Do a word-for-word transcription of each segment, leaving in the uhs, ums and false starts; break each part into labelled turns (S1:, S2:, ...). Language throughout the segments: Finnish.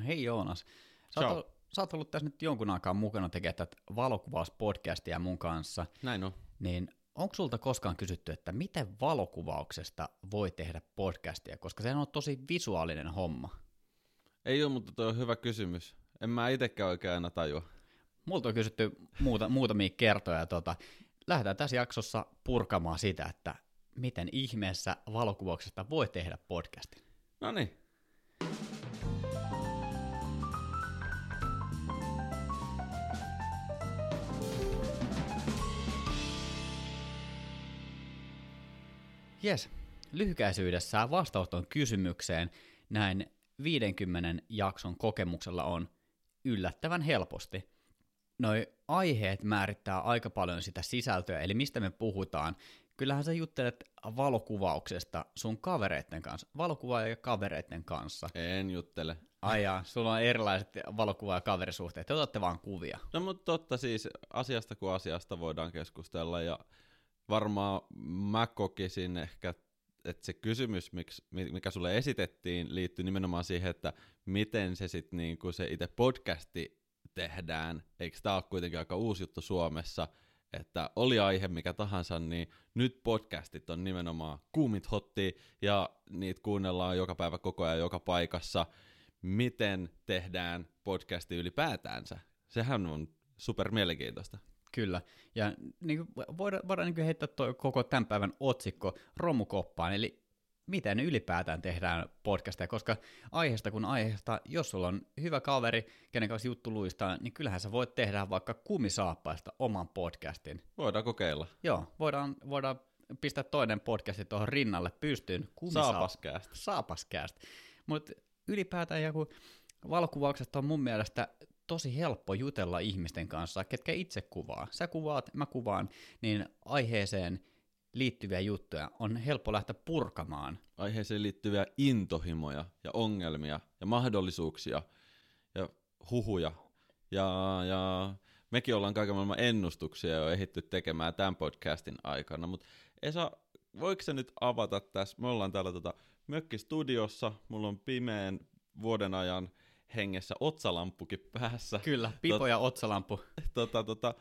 S1: Hei Joonas, sä oot, sä oot ollut tässä nyt jonkun aikaa mukana tekemään tätä valokuvauspodcastia mun kanssa.
S2: Näin on.
S1: Niin onko sulta koskaan kysytty, että miten valokuvauksesta voi tehdä podcastia, koska sehän on tosi visuaalinen homma?
S2: Ei ole, mutta tuo on hyvä kysymys. En mä itsekään oikein aina tajua.
S1: Multa on kysytty muuta, muutamia kertoja, ja tota, lähdetään tässä jaksossa purkamaan sitä, että miten ihmeessä valokuvauksesta voi tehdä podcastin.
S2: No niin.
S1: Jes, lyhykäisyydessään vastaus tuon kysymykseen näin viidenkymmenen jakson kokemuksella on yllättävän helposti. Noi aiheet määrittää aika paljon sitä sisältöä, eli mistä me puhutaan. Kyllähän sä juttelet valokuvauksesta sun kavereitten kanssa, valokuvaaja ja kavereitten kanssa.
S2: En juttele.
S1: Ai jaa, sulla on erilaiset valokuvaa- ja kaverisuhteet, te otatte vaan kuvia.
S2: No mutta totta siis, asiasta kuin asiasta voidaan keskustella, ja varmaan mä kokisin ehkä, että se kysymys, mikä sulle esitettiin, liittyy nimenomaan siihen, että miten se sitten niinku se itse podcasti tehdään. Eikö tämä ole kuitenkin aika uusi juttu Suomessa, että oli aihe mikä tahansa, niin nyt podcastit on nimenomaan kuumit hottia, ja niitä kuunnellaan joka päivä koko ajan joka paikassa. Miten tehdään podcasti ylipäätäänsä? Sehän on super mielenkiintoista.
S1: Kyllä, ja niin kuin voidaan, voidaan niin heittää tuo koko tämän päivän otsikko romukoppaan, eli miten ylipäätään tehdään podcasteja, koska aiheesta kun aiheesta, jos sulla on hyvä kaveri, kenen kanssa juttu luistaa, niin kyllähän sä voit tehdä vaikka kumisaappaista oman podcastin.
S2: Voidaan kokeilla.
S1: Joo, voidaan, voidaan pistää toinen podcasti tuohon rinnalle pystyyn.
S2: Saapaskäästä.
S1: Saapaskäästä. Mutta ylipäätään joku valokuvauksesta on mun mielestä tosi helppo jutella ihmisten kanssa, ketkä itse kuvaa. Sä kuvaat, mä kuvaan, niin aiheeseen liittyviä juttuja on helppo lähteä purkamaan.
S2: Aiheeseen liittyviä intohimoja ja ongelmia ja mahdollisuuksia ja huhuja. Ja, ja mekin ollaan kaiken maailman ennustuksia jo ehditty tekemään tämän podcastin aikana. Mutta Esa, voiko sä nyt avata tässä? Me ollaan täällä tota mökkistudiossa, mulla on pimeän vuoden ajan hengessä otsalamppukin päässä.
S1: Kyllä, pipo ja otsalamppu.
S2: Tota, tota,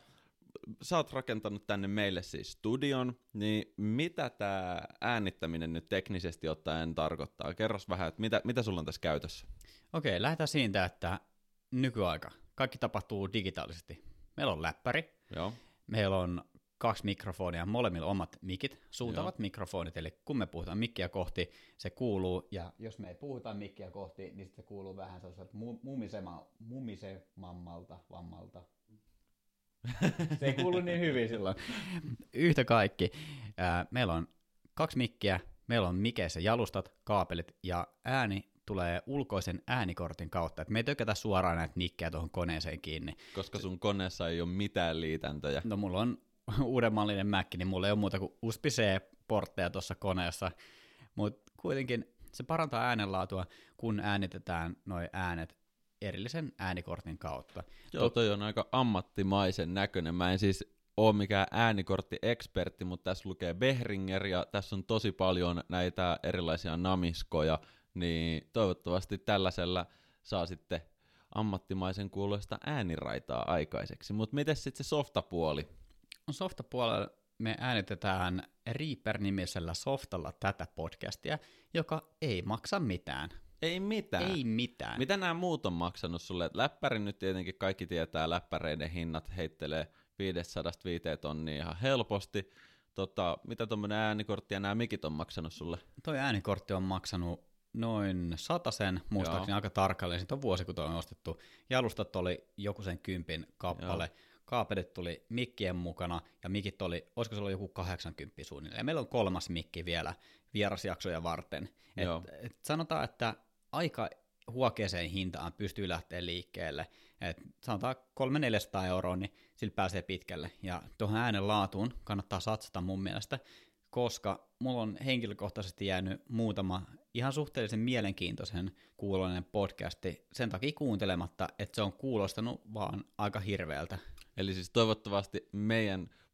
S2: sä oot rakentanut tänne meille siis studion, niin mitä tää äänittäminen nyt teknisesti ottaen tarkoittaa? Kerros vähän, että mitä, mitä sulla on tässä käytössä?
S1: Okei, lähdetään siitä, että nykyaika. Kaikki tapahtuu digitaalisesti. Meillä on läppäri,
S2: Joo.
S1: meillä on kaksi mikrofonia, molemmilla omat mikit, suuntavat Joo. mikrofonit, eli kun me puhutaan mikkiä kohti, se kuuluu, ja jos me ei puhuta mikkiä kohti, niin sitten se kuuluu vähän sellaiselta mumisema, mumisemammalta, vammalta. Se ei kuulu niin hyvin silloin. Yhtä kaikki. Meillä on kaksi mikkiä, meillä on mikeissä jalustat, kaapelit, ja ääni tulee ulkoisen äänikortin kautta, että me ei tökätä suoraan näitä mikkejä tuohon koneeseen kiinni.
S2: Koska sun koneessa ei ole mitään liitäntöjä.
S1: No mulla on uudemmallinen Mac, niin mulla ei ole muuta kuin U S B C-portteja tuossa koneessa, mutta kuitenkin se parantaa äänenlaatua, kun äänitetään noi äänet erillisen äänikortin kautta.
S2: Joo, toi on aika ammattimaisen näköinen. Mä en siis ole mikään äänikortti-ekspertti, mutta tässä lukee Behringer ja tässä on tosi paljon näitä erilaisia namiskoja, niin toivottavasti tällaisella saa sitten ammattimaisen kuuloista ääniraitaa aikaiseksi. Mutta miten sitten se softapuoli?
S1: Softapuolella me äänitetään Reaper-nimisellä softalla tätä podcastia, joka ei maksa mitään.
S2: Ei mitään.
S1: Ei mitään.
S2: Mitä nämä muut on maksanut sulle? Läppärin nyt tietenkin kaikki tietää, läppäreiden hinnat heittelee viisisataa viiteen tonnia ihan helposti. Tota, mitä tuommoinen äänikortti ja nämä mikit on maksanut sulle?
S1: Toi äänikortti on maksanut noin satasen, muistaakseni Joo. aika tarkalleen. Siitä on vuosi, kun toi on ostettu. Jalustat oli joku sen kympin kappale. Joo. Kaapelit tuli mikkien mukana, ja mikit oli, olisiko se ollut joku kahdeksankymmentä suunnilleen. Ja meillä on kolmas mikki vielä vierasjaksoja varten. Et, et sanotaan, että aika huokeeseen hintaan pystyy lähteä liikkeelle. Et sanotaan kolme neljäsataa euroa, niin sillä pääsee pitkälle. Ja tuohon äänen laatuun kannattaa satsata mun mielestä, koska mulla on henkilökohtaisesti jäänyt muutama ihan suhteellisen mielenkiintoisen kuuloinen podcasti sen takia kuuntelematta, että se on kuulostanut vaan aika hirveältä.
S2: Eli siis toivottavasti meidän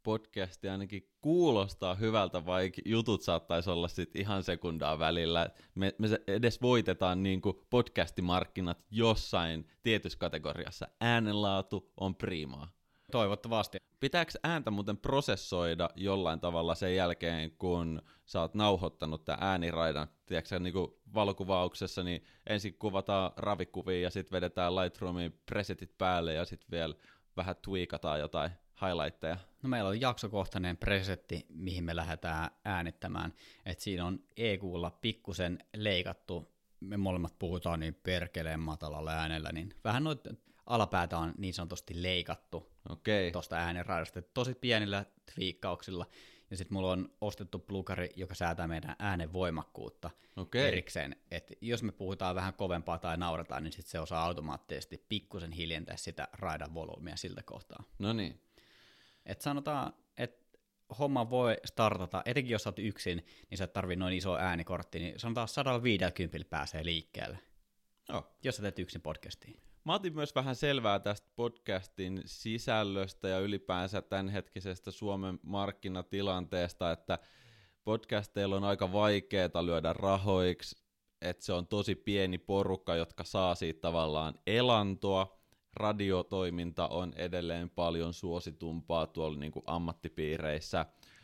S2: podcasti ainakin kuulostaa hyvältä, vaikka jutut saattaisi olla sit ihan sekundaa välillä. Me, me edes voitetaan niin kuin podcastimarkkinat jossain tietyssä kategoriassa. Äänenlaatu on priimaa.
S1: Toivottavasti.
S2: Pitääkö ääntä muuten prosessoida jollain tavalla sen jälkeen, kun sä oot nauhoittanut tämän ääniraidan? Tiedätkö niin kuin valokuvauksessa, niin ensin kuvataan ravikuvia ja sitten vedetään Lightroomiin presetit päälle ja sitten vielä vähän tweakataan jotain highlightteja.
S1: No meillä on jaksokohtainen presetti, mihin me lähdetään äänittämään. Et siinä on E Q:lla pikkusen leikattu. Me molemmat puhutaan niin perkeleen matalalla äänellä, niin vähän noita alapäätä on niin sanotusti leikattu
S2: Okei.
S1: tuosta äänenraidasta. Tosi pienillä twiikkauksilla. Ja sitten mulla on ostettu plugari, joka säätää meidän äänen voimakkuutta
S2: Okei.
S1: erikseen. Et jos me puhutaan vähän kovempaa tai naurataan, niin sit se osaa automaattisesti pikkusen hiljentää sitä raidan volyymia siltä kohtaa.
S2: No niin.
S1: Et sanotaan, että homma voi startata, etenkin jos olet yksin, niin sä et tarvii noin iso äänikortti, niin sanotaan sata viisikymmentä pääsee liikkeelle,
S2: Joo.
S1: jos sä teet yksin podcastiin.
S2: Mä otin myös vähän selvää tästä podcastin sisällöstä ja ylipäänsä tämänhetkisestä Suomen markkinatilanteesta, että podcasteilla on aika vaikeaa lyödä rahoiksi, että se on tosi pieni porukka, jotka saa siitä tavallaan elantoa. Radiotoiminta on edelleen paljon suositumpaa tuolla niin kuin ammattipiireissä,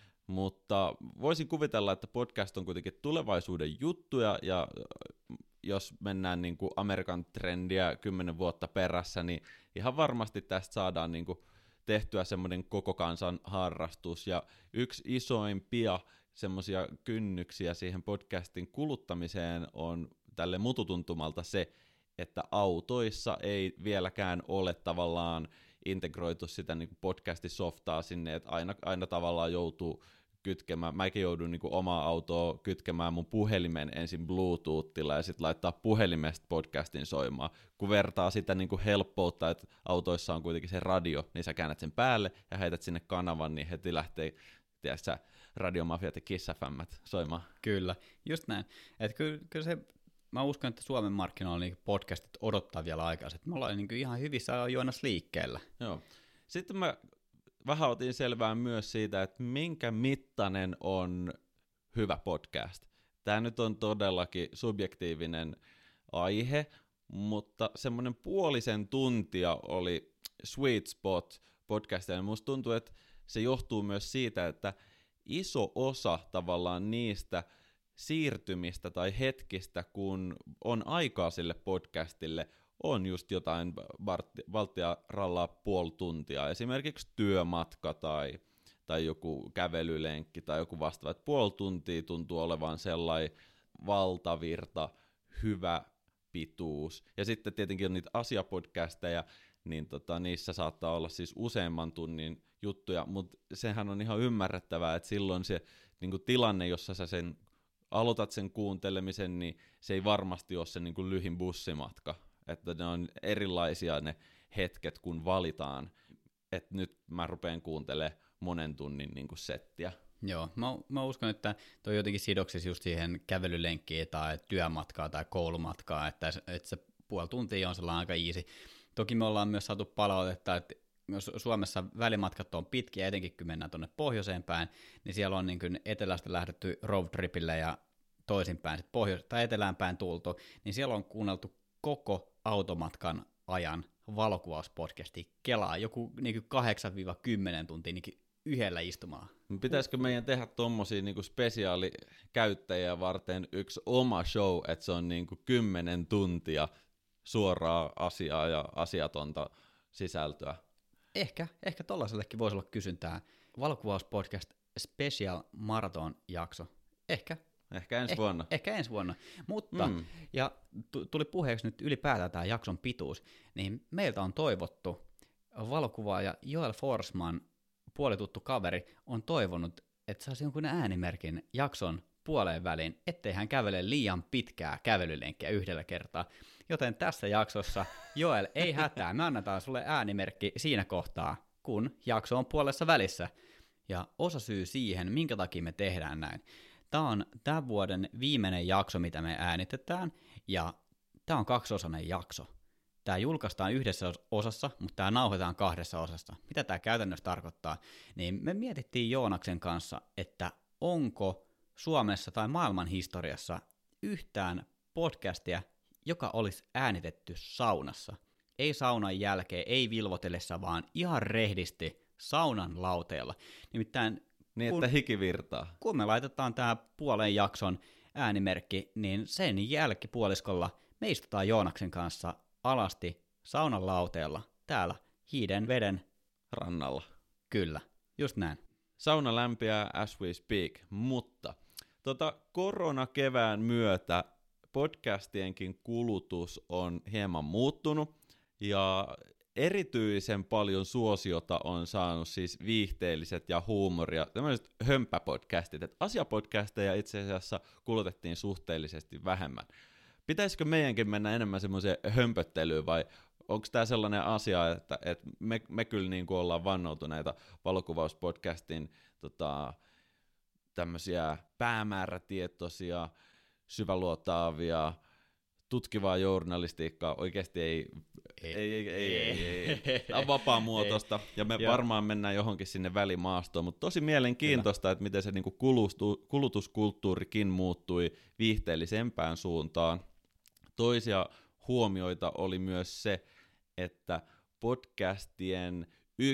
S2: mutta voisin kuvitella, että podcast on kuitenkin tulevaisuuden juttuja, ja jos mennään niin kuin Amerikan trendiä kymmenen vuotta perässä, niin ihan varmasti tästä saadaan niin kuin tehtyä semmoinen koko kansan harrastus, ja yksi isoimpia semmoisia kynnyksiä siihen podcastin kuluttamiseen on tälle mututuntumalta se, että autoissa ei vieläkään ole tavallaan integroitu sitä niin kuin podcastisoftaa sinne, että aina, aina tavallaan joutuu kytkemään, mäkin joudun niin kuin omaa autoa kytkemään mun puhelimen ensin Bluetoothilla ja sitten laittaa puhelimesta podcastin soimaan. Kun vertaa sitä niin kuin helppoutta, että autoissa on kuitenkin se radio, niin sä käännät sen päälle ja heität sinne kanavan, niin heti lähtee, tiedätkö, Radiomafiat ja Kiss F M:t soimaan.
S1: Kyllä, just näin. Että kyllä, kyllä se, mä uskon, että Suomen markkinoilla niin podcastit odottaa vielä aikaa, että me ollaan niin kuin ihan hyvissä ajoissa liikkeellä.
S2: Joo. Sitten mä vähän otin selvää myös siitä, että minkä mittainen on hyvä podcast. Tämä nyt on todellakin subjektiivinen aihe, mutta semmoinen puolisen tuntia oli sweet spot podcastia. Musta tuntuu, että se johtuu myös siitä, että iso osa tavallaan niistä siirtymistä tai hetkistä, kun on aikaa sille podcastille, on just jotain valttia rallaa puoli tuntia, esimerkiksi työmatka tai, tai joku kävelylenkki tai joku vastaava. Et puoli tuntia tuntuu olevan sellainen valtavirta, hyvä pituus. Ja sitten tietenkin on niitä asiapodcasteja, niin tota, niissä saattaa olla siis useamman tunnin juttuja, mutta sehän on ihan ymmärrettävää, että silloin se niin kuin tilanne, jossa sä sen aloitat sen kuuntelemisen, niin se ei varmasti ole se niin kuin lyhin bussimatka. Että ne on erilaisia ne hetket, kun valitaan, että nyt mä rupean kuuntelemaan monen tunnin niin kuin settiä.
S1: Joo, mä, mä uskon, että toi on jotenkin sidoksissa just siihen kävelylenkkiin tai työmatkaa tai koulumatkaa, että, että se puoli tuntia on sellainen aika easy. Toki me ollaan myös saatu palautetta, että jos Suomessa välimatkat on pitkiä, etenkin kun mennään tuonne pohjoiseen päin, niin siellä on niin kuin etelästä lähdetty roadtripille ja toisinpäin, sitten pohjois- tai etelään päin tultu, niin siellä on kuunneltu koko automatkan ajan valokuvauspodcasti kelaa, joku niin kahdeksan kymmenen tuntia niin yhdellä istumalla.
S2: Pitäisikö meidän tehdä tommosia niin spesiaalikäyttäjiä varten yksi oma show, että se on niin kymmenen tuntia suoraa asiaa ja asiatonta sisältöä?
S1: Ehkä, ehkä tolaisellekin voisi olla kysyntää. Valokuvauspodcast Special Marathon jakso. Ehkä.
S2: Ehkä ensi
S1: eh,
S2: vuonna.
S1: Ehkä ensi vuonna. Mutta, mm. ja tuli puheeksi nyt ylipäätään tämä jakson pituus, niin meiltä on toivottu, valokuvaaja Joel Forsman, puolituttu kaveri, on toivonut, että saisi jonkun äänimerkin jakson puoleen väliin, ettei hän kävele liian pitkää kävelylenkkiä yhdellä kertaa. Joten tässä jaksossa, Joel, ei hätää, me annetaan sulle äänimerkki siinä kohtaa, kun jakso on puolessa välissä. Ja osa syy siihen, minkä takia me tehdään näin. Tämä on tämän vuoden viimeinen jakso, mitä me äänitetään, ja tämä on kaksiosainen jakso. tämä julkaistaan yhdessä osassa, mutta tämä nauhoitetaan kahdessa osassa. Mitä tämä käytännössä tarkoittaa? Niin me mietittiin Joonaksen kanssa, että onko Suomessa tai maailman historiassa yhtään podcastia, joka olisi äänitetty saunassa. Ei saunan jälkeen, ei vilvotellessa, vaan ihan rehdisti saunan lauteella. Nimittäin
S2: niin,
S1: kun,
S2: että hiki virtaa.
S1: Kun me laitetaan tämä puolen jakson äänimerkki, niin sen jälkipuoliskolla me istutaan Joonaksen kanssa alasti saunan lauteella täällä hiiden veden
S2: rannalla.
S1: Kyllä, just näin.
S2: Sauna lämpiää as we speak, mutta tota, koronakevään myötä podcastienkin kulutus on hieman muuttunut ja erityisen paljon suosiota on saanut siis viihteelliset ja huumoria, tämmöiset hömppäpodcastit, että asiapodcasteja itse asiassa kulutettiin suhteellisesti vähemmän. Pitäisikö meidänkin mennä enemmän semmoiseen hömpöttelyyn vai onko tämä sellainen asia, että, että me, me kyllä niin kuin ollaan vannoutuneita valokuvauspodcastin tota, tämmöisiä päämäärätietoisia, syväluotaavia, tutkivaa journalistiikkaa oikeasti ei, ei, ei, ei, ei, ei, ei, ei. Tämä on vapaamuotoista ja me varmaan mennään johonkin sinne välimaastoon, mutta tosi mielenkiintoista, Kyllä. että miten se niin kuin kulutuskulttuurikin muuttui viihteellisempään suuntaan. Toisia huomioita oli myös se, että podcastien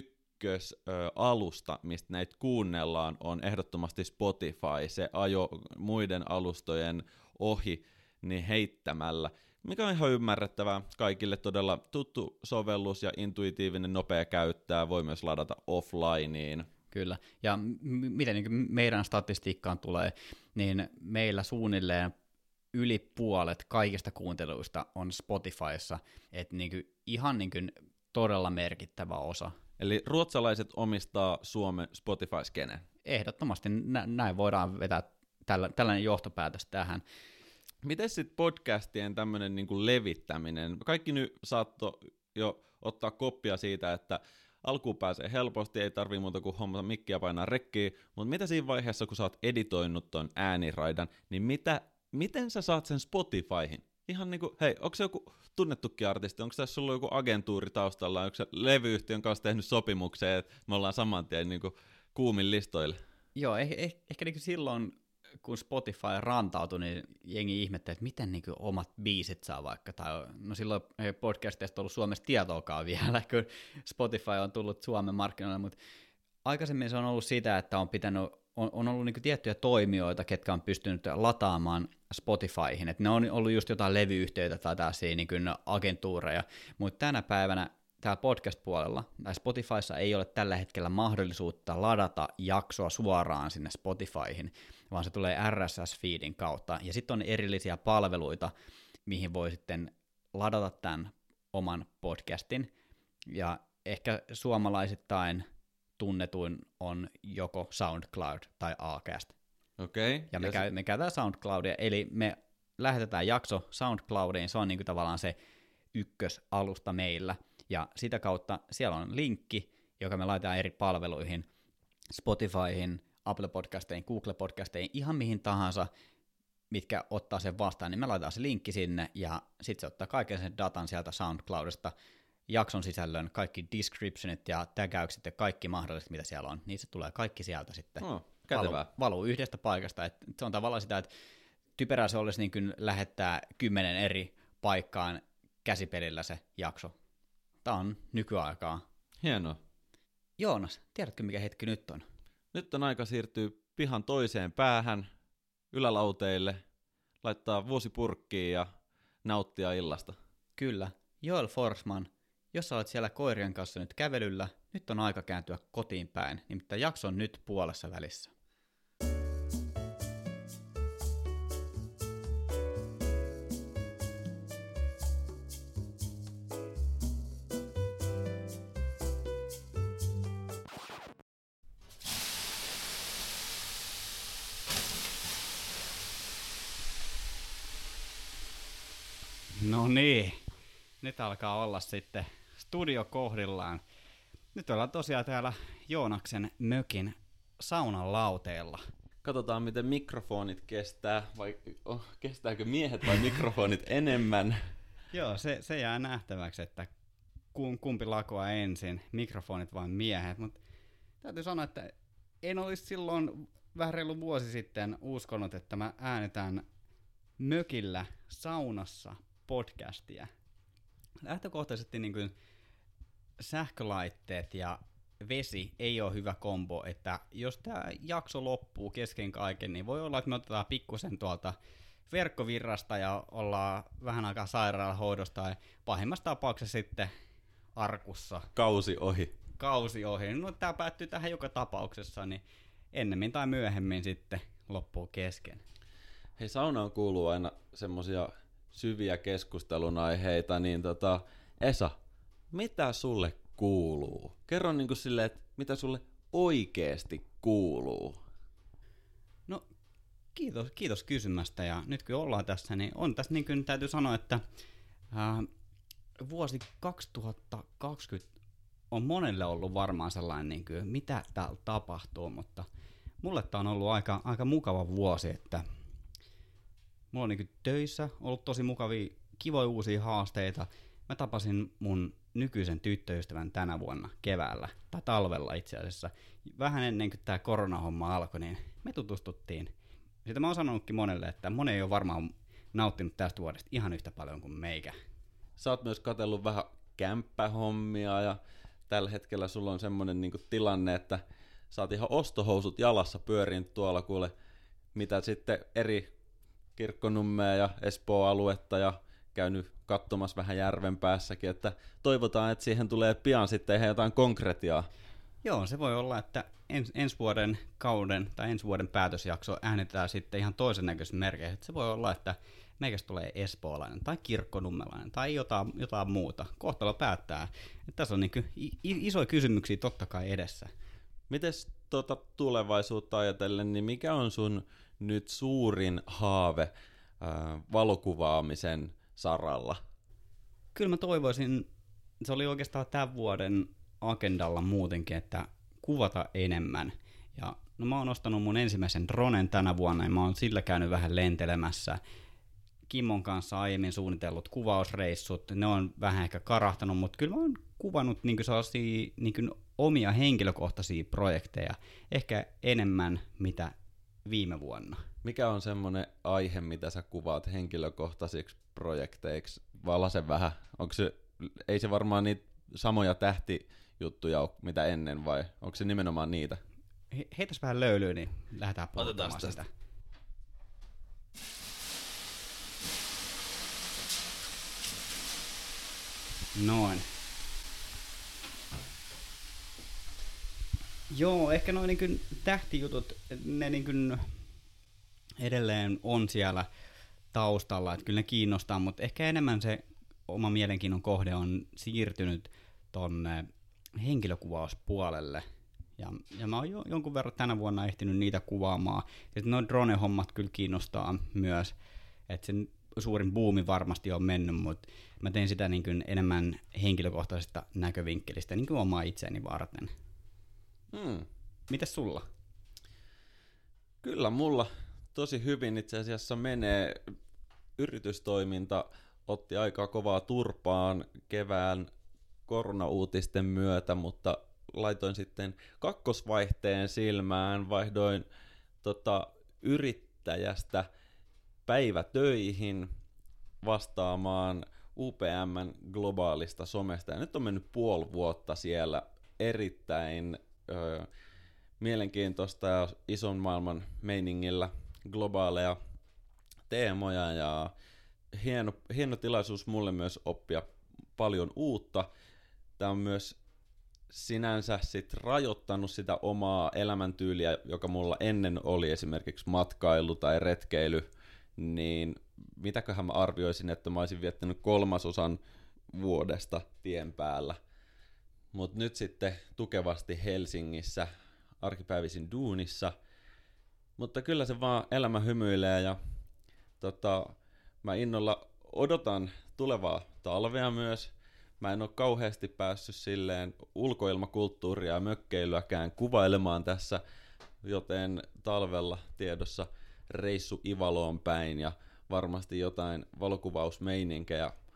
S2: ykkösalusta, mistä näitä kuunnellaan, on ehdottomasti Spotify. Se ajo muiden alustojen ohi niin heittämällä, mikä on ihan ymmärrettävää. Kaikille todella tuttu sovellus ja intuitiivinen, nopea käyttää, voi myös ladata offlineen.
S1: Kyllä, ja m- miten niin meidän statistiikkaan tulee, niin meillä suunnilleen yli puolet kaikista kuunteluista on Spotifyssa, että niin ihan niin todella merkittävä osa.
S2: Eli ruotsalaiset omistaa Suomen Spotify-skenen.
S1: Ehdottomasti nä- näin voidaan vetää tällä, tällainen johtopäätös tähän.
S2: Miten sitten podcastien tämmöinen niinku levittäminen? Kaikki nyt saattoi jo ottaa koppia siitä, että alkuun pääsee helposti, ei tarvii muuta kuin hommata mikkiä ja painaa rekkiä, mutta mitä siinä vaiheessa, kun sä oot editoinut ton ääniraidan, niin mitä, miten sä saat sen Spotifyhin? Ihan niinku, hei, onko se joku tunnettukin artisti, onko tässä sulla joku agentuuri taustalla, onko se levyyhtiön kanssa tehnyt sopimuksen, että me ollaan saman tien niinku kuumin listoille?
S1: Joo, eh, eh, ehkä niinku silloin, kun Spotify rantautui, niin jengi ihmetteli, että miten niin kuin omat biisit saa vaikka, tai no silloin ei podcasteista ollut Suomessa tietoakaan vielä, kun Spotify on tullut Suomen markkinoille, mutta aikaisemmin se on ollut sitä, että on pitänyt, on, on ollut niin kuin tiettyjä toimijoita, ketkä on pystynyt lataamaan Spotifyhin, että ne on ollut just jotain levyyhtiöitä tai tällaisia niin kuin agentuureja, mutta tänä päivänä täällä podcast-puolella, tai Spotifyssa ei ole tällä hetkellä mahdollisuutta ladata jaksoa suoraan sinne Spotifyhin, vaan se tulee R S S-feedin kautta, ja sitten on erillisiä palveluita, mihin voi sitten ladata tämän oman podcastin, ja ehkä suomalaisittain tunnetuin on joko SoundCloud tai Acast.
S2: Okei. Okay.
S1: Ja me, käy, me käytetään SoundCloudia, eli me lähetetään jakso SoundCloudiin, se on niinku tavallaan se ykkösalusta meillä, ja sitä kautta siellä on linkki, joka me laitetaan eri palveluihin, Spotifyhin, Apple Podcasteihin, Google Podcasteihin, ihan mihin tahansa, mitkä ottaa sen vastaan, niin me laitetaan se linkki sinne, ja sitten se ottaa kaiken sen datan sieltä SoundCloudista, jakson sisällön, kaikki descriptionit ja tägäykset ja kaikki mahdolliset, mitä siellä on, niin se tulee kaikki sieltä sitten.
S2: Oh,
S1: valuu, valuu yhdestä paikasta. Et se on tavallaan sitä, että typerää se olisi niin kuin lähettää kymmenen eri paikkaan käsipelillä se jakso. Tämä on nykyaikaa.
S2: Hienoa.
S1: Joonas, tiedätkö mikä hetki nyt on?
S2: Nyt on aika siirtyä pihan toiseen päähän, ylälauteille, laittaa vuosipurkkiin ja nauttia illasta.
S1: Kyllä. Joel Forsman, jos sä olet siellä koirien kanssa nyt kävelyllä, nyt on aika kääntyä kotiin päin, nimittäin jakso on nyt puolessa välissä. No niin, nyt alkaa olla sitten studio kohdillaan. Nyt ollaan tosiaan täällä Joonaksen mökin saunan lauteella.
S2: Katsotaan, miten mikrofonit kestää, vai oh, kestääkö miehet vai mikrofonit enemmän.
S1: Joo, se, se jää nähtäväksi, että kumpi lakoa ensin, mikrofonit vai miehet, mutta täytyy sanoa, että en olisi silloin vähän reilu vuosi sitten uskonut, että mä äänetään mökillä saunassa podcastia. Lähtökohtaisesti niin kuin sähkölaitteet ja vesi ei ole hyvä kombo, että jos tämä jakso loppuu kesken kaiken, niin voi olla, että me otetaan pikkusen tuolta verkkovirrasta ja ollaan vähän aikaa sairaalahoidosta ja pahimmassa tapauksessa sitten arkussa.
S2: Kausi ohi.
S1: Kausi ohi. No tämä päättyy tähän joka tapauksessa, niin ennemmin tai myöhemmin sitten loppuu kesken.
S2: Hei, saunaan kuuluu aina semmosia syviä keskustelun aiheita, niin tota, Esa, mitä sulle kuuluu? Kerro niin kuin silleen, että mitä sulle oikeesti kuuluu?
S1: No, kiitos, kiitos kysymästä, ja nyt kun ollaan tässä, niin on tässä niin kuin täytyy sanoa, että ää, vuosi kaksituhattakaksikymmentä on monelle ollut varmaan sellainen, niin kuin, mitä täällä tapahtuu, mutta mulle tää on ollut aika, aika mukava vuosi, että mulla on niin kuin töissä ollut tosi mukavia, kivoja uusia haasteita. Mä tapasin mun nykyisen tyttöystävän tänä vuonna keväällä, tai talvella itse asiassa. Vähän ennen kuin tää koronahomma alkoi, niin me tutustuttiin. Sitä mä oon sanonutkin monelle, että moni ei ole varmaan nauttinut tästä vuodesta ihan yhtä paljon kuin meikä.
S2: Sä oot myös katsellut vähän kämppähommia ja tällä hetkellä sulla on semmonen niinku tilanne, että sä oot ihan ostohousut jalassa pyörin tuolla kuule, mitä sitten eri Kirkkonummea ja Espoo-aluetta ja käynyt katsomassa vähän järven päässäkin, että toivotaan, että siihen tulee pian sitten ihan jotain konkretiaa.
S1: Joo, se voi olla, että ens, ensi vuoden kauden tai ensi vuoden päätösjakso äänitetään sitten ihan toisen näköisen merkeihin. Se voi olla, että meikästä tulee espoolainen tai kirkkonummelainen tai jotain, jotain muuta. Kohtalo päättää. Että tässä on niin kuin isoja kysymyksiä totta kai edessä.
S2: Mites tuota tulevaisuutta ajatellen, niin mikä on sun nyt suurin haave ää, valokuvaamisen saralla?
S1: Kyllä mä toivoisin, se oli oikeastaan tämän vuoden agendalla muutenkin, että kuvata enemmän. Ja no mä oon ostanut mun ensimmäisen dronen tänä vuonna ja mä oon sillä käynyt vähän lentelemässä. Kimmon kanssa aiemmin suunnitellut kuvausreissut, ne on vähän ehkä karahtanut, mutta kyllä mä oon kuvannut niinku sellaisia niinku omia henkilökohtaisia projekteja, ehkä enemmän mitä viime vuonna.
S2: Mikä on semmoinen aihe, mitä sä kuvaat henkilökohtaisiksi projekteiksi? Valasen vähän. Onko se, ei se varmaan niitä samoja tähtijuttuja ole, mitä ennen, vai onko se nimenomaan niitä?
S1: He, heitäs vähän löylyä, niin lähdetään puhumaan sitä. Noin. Joo, ehkä noin niin tähtijutut, ne niin edelleen on siellä taustalla, että kyllä ne kiinnostaa, mutta ehkä enemmän se oma mielenkiinnon kohde on siirtynyt tonne henkilökuvauspuolelle. Ja, ja mä oon jo, jonkun verran tänä vuonna ehtinyt niitä kuvaamaan. Ja nuo drone-hommat kyllä kiinnostaa myös, että sen suurin buumi varmasti on mennyt, mutta mä teen sitä niin kuin enemmän henkilökohtaisesta näkövinkkelistä niin kuin omaa itseäni varten.
S2: Hmm.
S1: Mitäs sulla?
S2: Kyllä mulla tosi hyvin itse asiassa menee. Yritystoiminta otti aika kovaa turpaan kevään koronauutisten myötä, mutta laitoin sitten kakkosvaihteen silmään, vaihdoin tota, yrittäjästä päivätöihin vastaamaan U P M:n globaalista somesta. Ja nyt on mennyt puoli vuotta siellä erittäin öö, mielenkiintoista ja ison maailman meiningillä globaaleja teemoja ja hieno, hieno tilaisuus mulle myös oppia paljon uutta. Tämä on myös sinänsä sit rajoittanut sitä omaa elämäntyyliä, joka mulla ennen oli esimerkiksi matkailu tai retkeily, niin mitäköhän mä arvioisin, että mä olisin viettänyt kolmasosan vuodesta tien päällä. Mut nyt sitten tukevasti Helsingissä, arkipäivisin duunissa, mutta kyllä se vaan elämä hymyilee ja tota, mä innolla odotan tulevaa talvea myös. Mä en ole kauheasti päässyt silleen ulkoilmakulttuuria ja mökkeilyäkään kuvailemaan tässä, joten talvella tiedossa reissu Ivaloon päin ja varmasti jotain valokuvausmeininkejä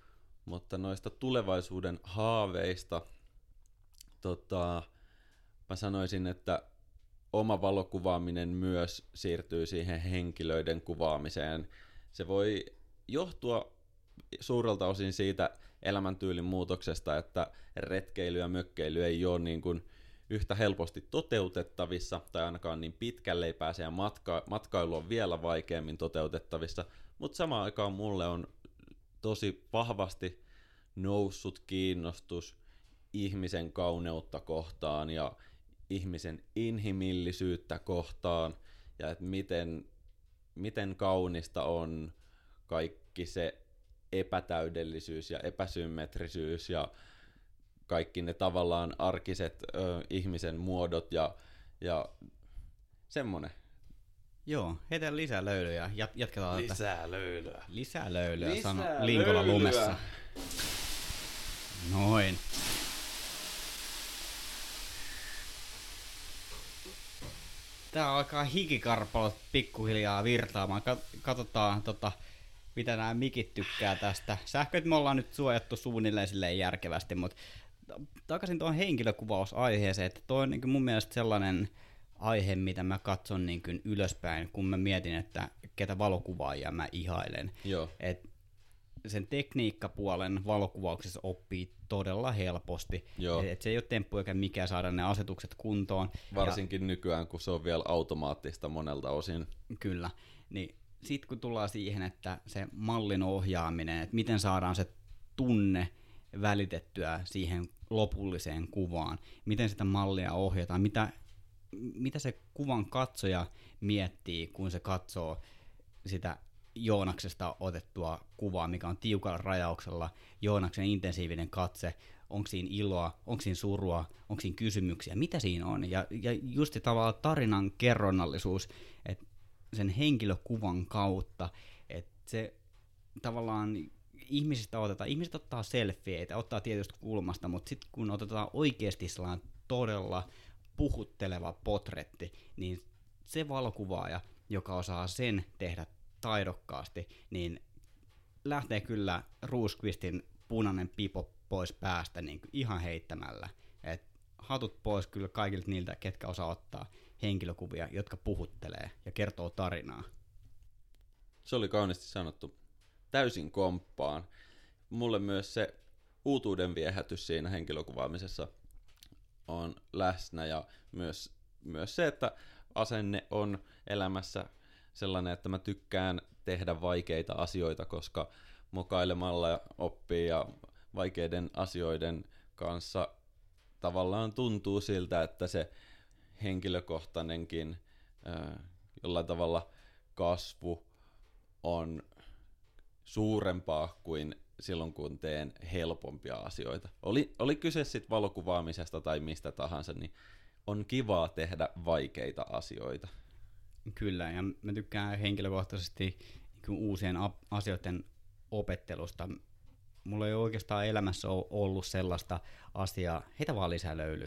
S2: Mutta noista tulevaisuuden haaveista tota, mä sanoisin, että oma valokuvaaminen myös siirtyy siihen henkilöiden kuvaamiseen. Se voi johtua suurelta osin siitä elämäntyylin muutoksesta, että retkeily ja mökkeily ei ole niin kuin yhtä helposti toteutettavissa, tai ainakaan niin pitkälle ei pääse, ja matka- matkailu on vielä vaikeammin toteutettavissa, mutta samaan aikaan mulle on tosi vahvasti noussut kiinnostus ihmisen kauneutta kohtaan ja ihmisen inhimillisyyttä kohtaan, ja että miten, miten kaunista on kaikki se epätäydellisyys ja epäsymmetrisyys ja kaikki ne tavallaan arkiset ö, ihmisen muodot ja, ja semmonen.
S1: Joo, heitä lisää löylyjä. Jat- jatketaan
S2: Lisää
S1: tätä.
S2: löylyä.
S1: Lisää löylyä,
S2: Lisää
S1: sano
S2: löylyä.
S1: Linkola lumessa. Noin. Tää alkaa hikikarpalot pikkuhiljaa virtaamaan. Kat- katsotaan, tota, mitä nämä mikit tykkää tästä. Sähköt me ollaan nyt suojattu suunnilleen silleen järkevästi, mutta takaisin tuohon henkilökuvausaiheeseen, että toi on niin mun mielestä sellainen aihe, mitä mä katson niin kuin ylöspäin, kun mä mietin, että ketä valokuvaajia mä ihailen.
S2: Joo.
S1: Et sen tekniikkapuolen valokuvauksessa oppii todella helposti. Et, et se ei ole temppu eikä mikään saada ne asetukset kuntoon.
S2: Varsinkin ja, nykyään, kun se on vielä automaattista monelta osin.
S1: Kyllä. Niin sitten kun tullaan siihen, että se mallin ohjaaminen, että miten saadaan se tunne välitettyä siihen lopulliseen kuvaan, miten sitä mallia ohjataan, mitä, mitä se kuvan katsoja miettii, kun se katsoo sitä Joonaksesta otettua kuvaa, mikä on tiukalla rajauksella, Joonaksen intensiivinen katse, onko siinä iloa, onko siinä surua, onko siinä kysymyksiä, mitä siinä on, ja, ja just se tavallaan tarinan kerronnallisuus, että sen henkilökuvan kautta, että se tavallaan ihmisistä otetaan, ihmiset ottaa selfieitä, ottaa tietystä kulmasta, mutta sitten kun otetaan oikeasti sellainen todella puhutteleva potretti, niin se valokuvaaja, joka osaa sen tehdä taidokkaasti, niin lähtee kyllä Roskvistin punainen pipo pois päästä niin ihan heittämällä. Et hatut pois kyllä kaikilta niiltä, ketkä osaa ottaa henkilökuvia, jotka puhuttelee ja kertoo tarinaa.
S2: Se oli kauniisti sanottu. Täysin komppaan. Mulle myös se uutuuden viehätys siinä henkilökuvaamisessa on läsnä, ja myös, myös se, että asenne on elämässä sellainen, että mä tykkään tehdä vaikeita asioita, koska mokailemalla oppii ja vaikeiden asioiden kanssa tavallaan tuntuu siltä, että se henkilökohtainenkin ää, jollain tavalla kasvu on suurempaa kuin silloin, kun teen helpompia asioita. Oli, oli kyse sitten valokuvaamisesta tai mistä tahansa, niin on kivaa tehdä vaikeita asioita.
S1: Kyllä, ja mä tykkään henkilökohtaisesti uusien asioiden opettelusta. Mulla ei oikeastaan elämässä ole ollut sellaista asiaa. Heitä vaan lisää löylyä.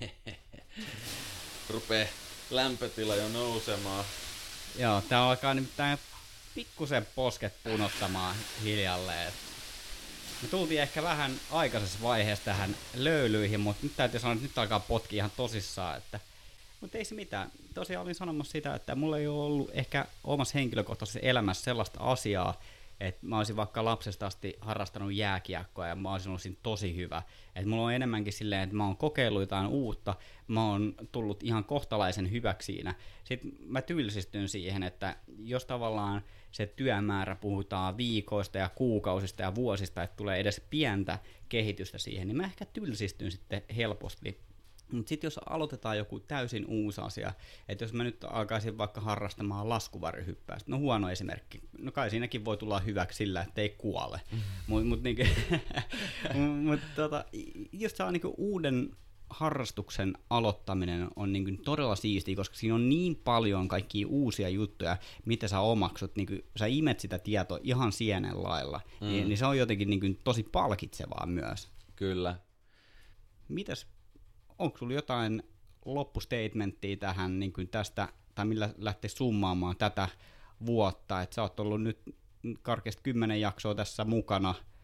S2: Rupee lämpötila jo nousemaan.
S1: Joo, tää alkaa nimittäin pikkusen posket punottamaan hiljalleen. Me tultiin ehkä vähän aikaisessa vaiheessa tähän löylyihin, mutta nyt täytyy sanoa, että nyt alkaa potki ihan tosissaan. Että... Mutta ei se mitään. Tosiaan olin sanomassa sitä, että mulla ei ole ollut ehkä omassa henkilökohtaisessa elämässä sellaista asiaa, että mä olisin vaikka lapsesta asti harrastanut jääkiekkoa ja mä olisin ollut siinä tosi hyvä. Että mulla on enemmänkin silleen, että mä oon kokeillut jotain uutta, mä oon tullut ihan kohtalaisen hyväksi siinä. Sitten mä tylsistyn siihen, että jos tavallaan se työmäärä puhutaan viikoista ja kuukausista ja vuosista, että tulee edes pientä kehitystä siihen, niin mä ehkä tylsistyn sitten helposti. Mutta sitten jos aloitetaan joku täysin uusi asia, että jos mä nyt alkaisin vaikka harrastamaan laskuvarjohyppäästä, no huono esimerkki, no kai siinäkin voi tulla hyväksi sillä, että ei kuole. Mm-hmm. Mutta mut, niinku, mut, tota, just saa niinku uuden harrastuksen aloittaminen on niinku todella siistiä, koska siinä on niin paljon kaikkia uusia juttuja, mitä sä omaksut, niinku, sä imet sitä tietoa ihan sienen lailla, mm. niin, niin se on jotenkin niinku tosi palkitsevaa myös.
S2: Kyllä.
S1: Mitäs? Onko sulla jotain loppustatementtia tähän niin kuin tästä, tai millä lähtee summaamaan tätä vuotta, että sä oot ollut nyt karkeasti kymmenen jaksoa tässä mukana,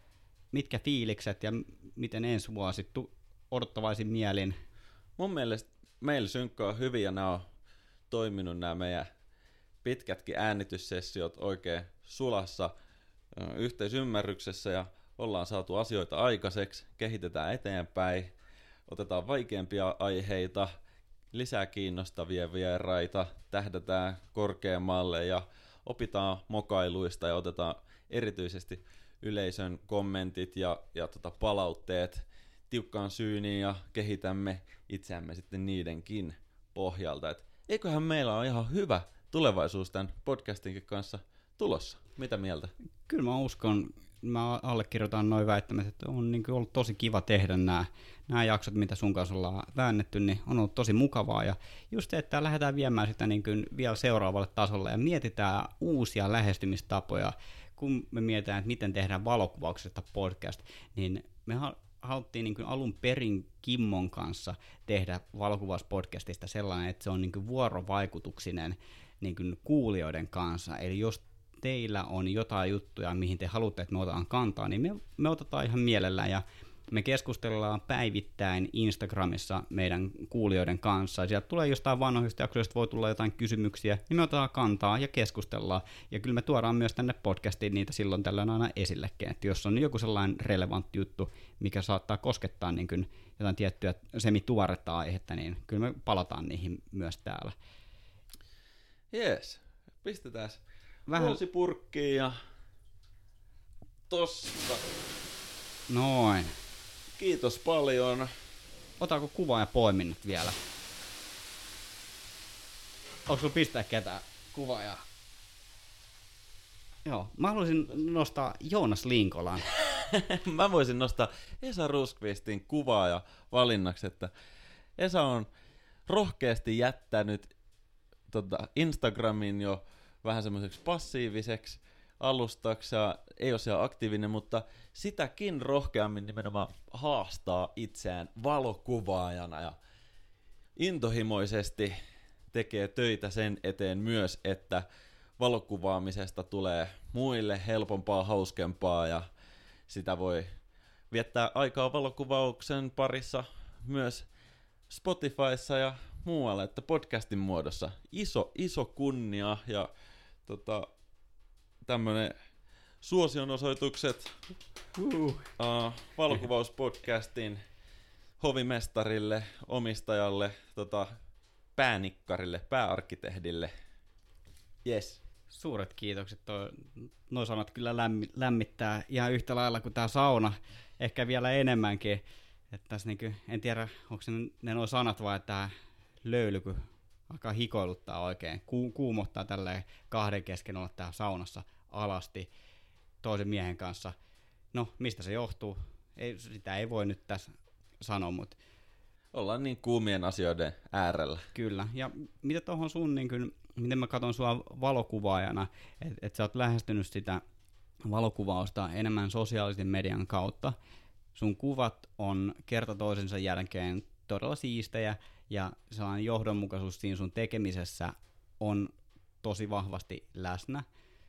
S1: mitkä fiilikset ja miten ensi vuosi tu- odottavaisin mielin?
S2: Mun mielestä meillä synkkä on hyvin ja nämä on toiminut nämä meidän pitkätkin äänityssessiot oikein sulassa yhteisymmärryksessä ja ollaan saatu asioita aikaiseksi, kehitetään eteenpäin, otetaan vaikeampia aiheita, lisää kiinnostavia vieraita, tähdätään korkeammalle ja opitaan mokailuista ja otetaan erityisesti yleisön kommentit ja, ja tota palautteet tiukkaan syyniin ja kehitämme itseämme sitten niidenkin pohjalta. Et eiköhän meillä ole ihan hyvä tulevaisuus tämän podcastinkin kanssa tulossa. Mitä mieltä?
S1: Kyllä mä uskon, mä allekirjoitan noin väittämät, että on niin kuin ollut tosi kiva tehdä nämä, nämä jaksot, mitä sun kanssa ollaan väännetty, niin on ollut tosi mukavaa. Ja just se, että lähdetään viemään sitä niin kuin vielä seuraavalle tasolle ja mietitään uusia lähestymistapoja, kun me mietitään, että miten tehdään valokuvauksesta podcast, niin me haluttiin niin kuin alun perin Kimmon kanssa tehdä valokuvauspodcastista sellainen, että se on niin kuin vuorovaikutuksinen niin kuin kuulijoiden kanssa. Eli jos teillä on jotain juttuja, mihin te haluatte, että me otetaan kantaa, niin me, me otetaan ihan mielellään ja me keskustellaan päivittäin Instagramissa meidän kuulijoiden kanssa. Sieltä tulee jostain vanhoista jaksoista, voi tulla jotain kysymyksiä, niin me otetaan kantaa ja keskustellaan. Ja kyllä me tuodaan myös tänne podcastiin niitä silloin tällöin aina esillekin, että jos on joku sellainen relevantti juttu, mikä saattaa koskettaa niin kuin jotain tiettyä semituoretta aihetta, niin kyllä me palataan niihin myös täällä.
S2: Jees, pistetään
S1: vähän
S2: purkkiin ja tosta.
S1: Noin.
S2: Kiitos paljon.
S1: Otaanko kuva ja poiminnot vielä? Onko sulla pistää ketään kuvaajaa? Joo, mä haluaisin nostaa Joonas Linkolan.
S2: Mä voisin nostaa Esa Ruskvistin kuvaaja valinnaksi, että Esa on rohkeasti jättänyt tota, Instagramin jo vähän semmoiseksi passiiviseksi alustaksi ja ei ole siellä aktiivinen, mutta sitäkin rohkeammin nimenomaan haastaa itseään valokuvaajana ja intohimoisesti tekee töitä sen eteen myös, että valokuvaamisesta tulee muille helpompaa, hauskempaa ja sitä voi viettää aikaa valokuvauksen parissa myös Spotifyssa ja muualla, että podcastin muodossa. Iso, iso kunnia ja tota, tämmönen suosionosoitukset uh. uh, valokuvauspodcastin hovimestarille, omistajalle, tota, päänikkarille, pääarkkitehdille. Yes.
S1: Suuret kiitokset. Nuo sanat kyllä lämmi, lämmittää ihan yhtä lailla kuin tää sauna. Ehkä vielä enemmänkin. Että tässä niinku, en tiedä, onko se ne nuo sanat vai tää löyly, kun alkaa hikoiluttaa oikein. Ku, kuumottaa tälleen kahden kesken olla tää saunassa alasti toisen miehen kanssa. No, mistä se johtuu? Ei, sitä ei voi nyt tässä sanoa, mutta
S2: ollaan niin kuumien asioiden äärellä.
S1: Kyllä. Ja mitä tuohon sun, niin kun, miten mä katson sua valokuvaajana, että et sä oot lähestynyt sitä valokuvausta enemmän sosiaalisen median kautta. Sun kuvat on kerta toisensa jälkeen todella siistejä, ja sellainen johdonmukaisuus siinä sun tekemisessä on tosi vahvasti läsnä.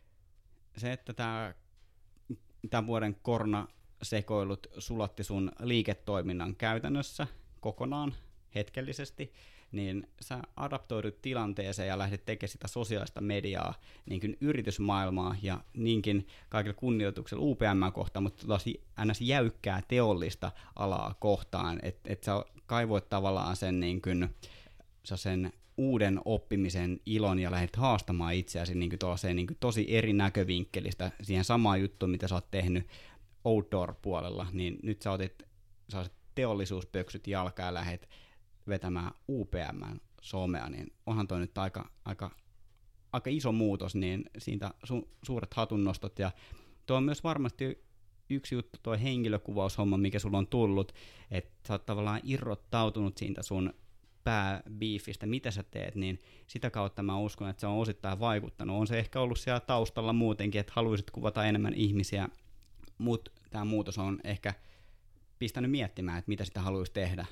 S1: Se, että tämä tämän vuoden koronasekoilut sulatti sun liiketoiminnan käytännössä kokonaan hetkellisesti, niin sä adaptoidut tilanteeseen ja lähdit tekemään sitä sosiaalista mediaa niin kuin yritysmaailmaa ja niinkin kaikilla kunnioituksella U P M kohtaan, mutta tosi ns. Jäykkää teollista alaa kohtaan, että et sä kaivoit tavallaan sen, niin kuin, sen uuden oppimisen ilon ja lähdit haastamaan itseäsi niin kuin niin kuin tosi eri näkövinkkelistä siihen samaan juttuun, mitä sä oot tehnyt outdoor-puolella, niin nyt sä otit sä teollisuuspöksyt jalkaan ja lähdet vetämään U P M-somea, niin onhan toi nyt aika, aika, aika iso muutos, niin siitä su- suuret hatunnostot, ja tuo on myös varmasti yksi juttu, tuo henkilökuvaushomma, mikä sulla on tullut, että sä oot tavallaan irrottautunut siitä sun pääbiifistä, mitä sä teet, niin sitä kautta mä uskon, että se on osittain vaikuttanut. On se ehkä ollut siellä taustalla muutenkin, että haluaisit kuvata enemmän ihmisiä, mutta tämä muutos on ehkä pistänyt miettimään, että mitä sitä haluaisi tehdä.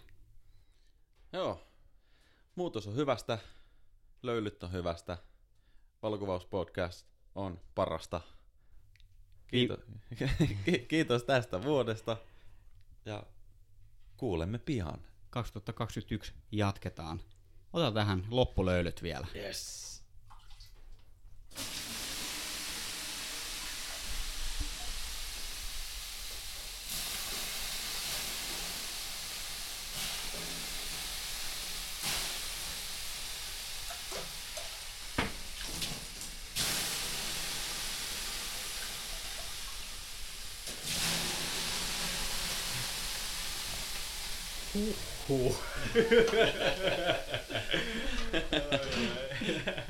S2: Joo. Muutos on hyvästä, löylyt on hyvästä, valokuvauspodcast on parasta. Kiitos, kiitos tästä vuodesta ja kuulemme pian.
S3: kaksituhattakaksikymmentäyksi jatketaan. Ota tähän loppulöylyt vielä.
S2: Yes.
S3: Huh.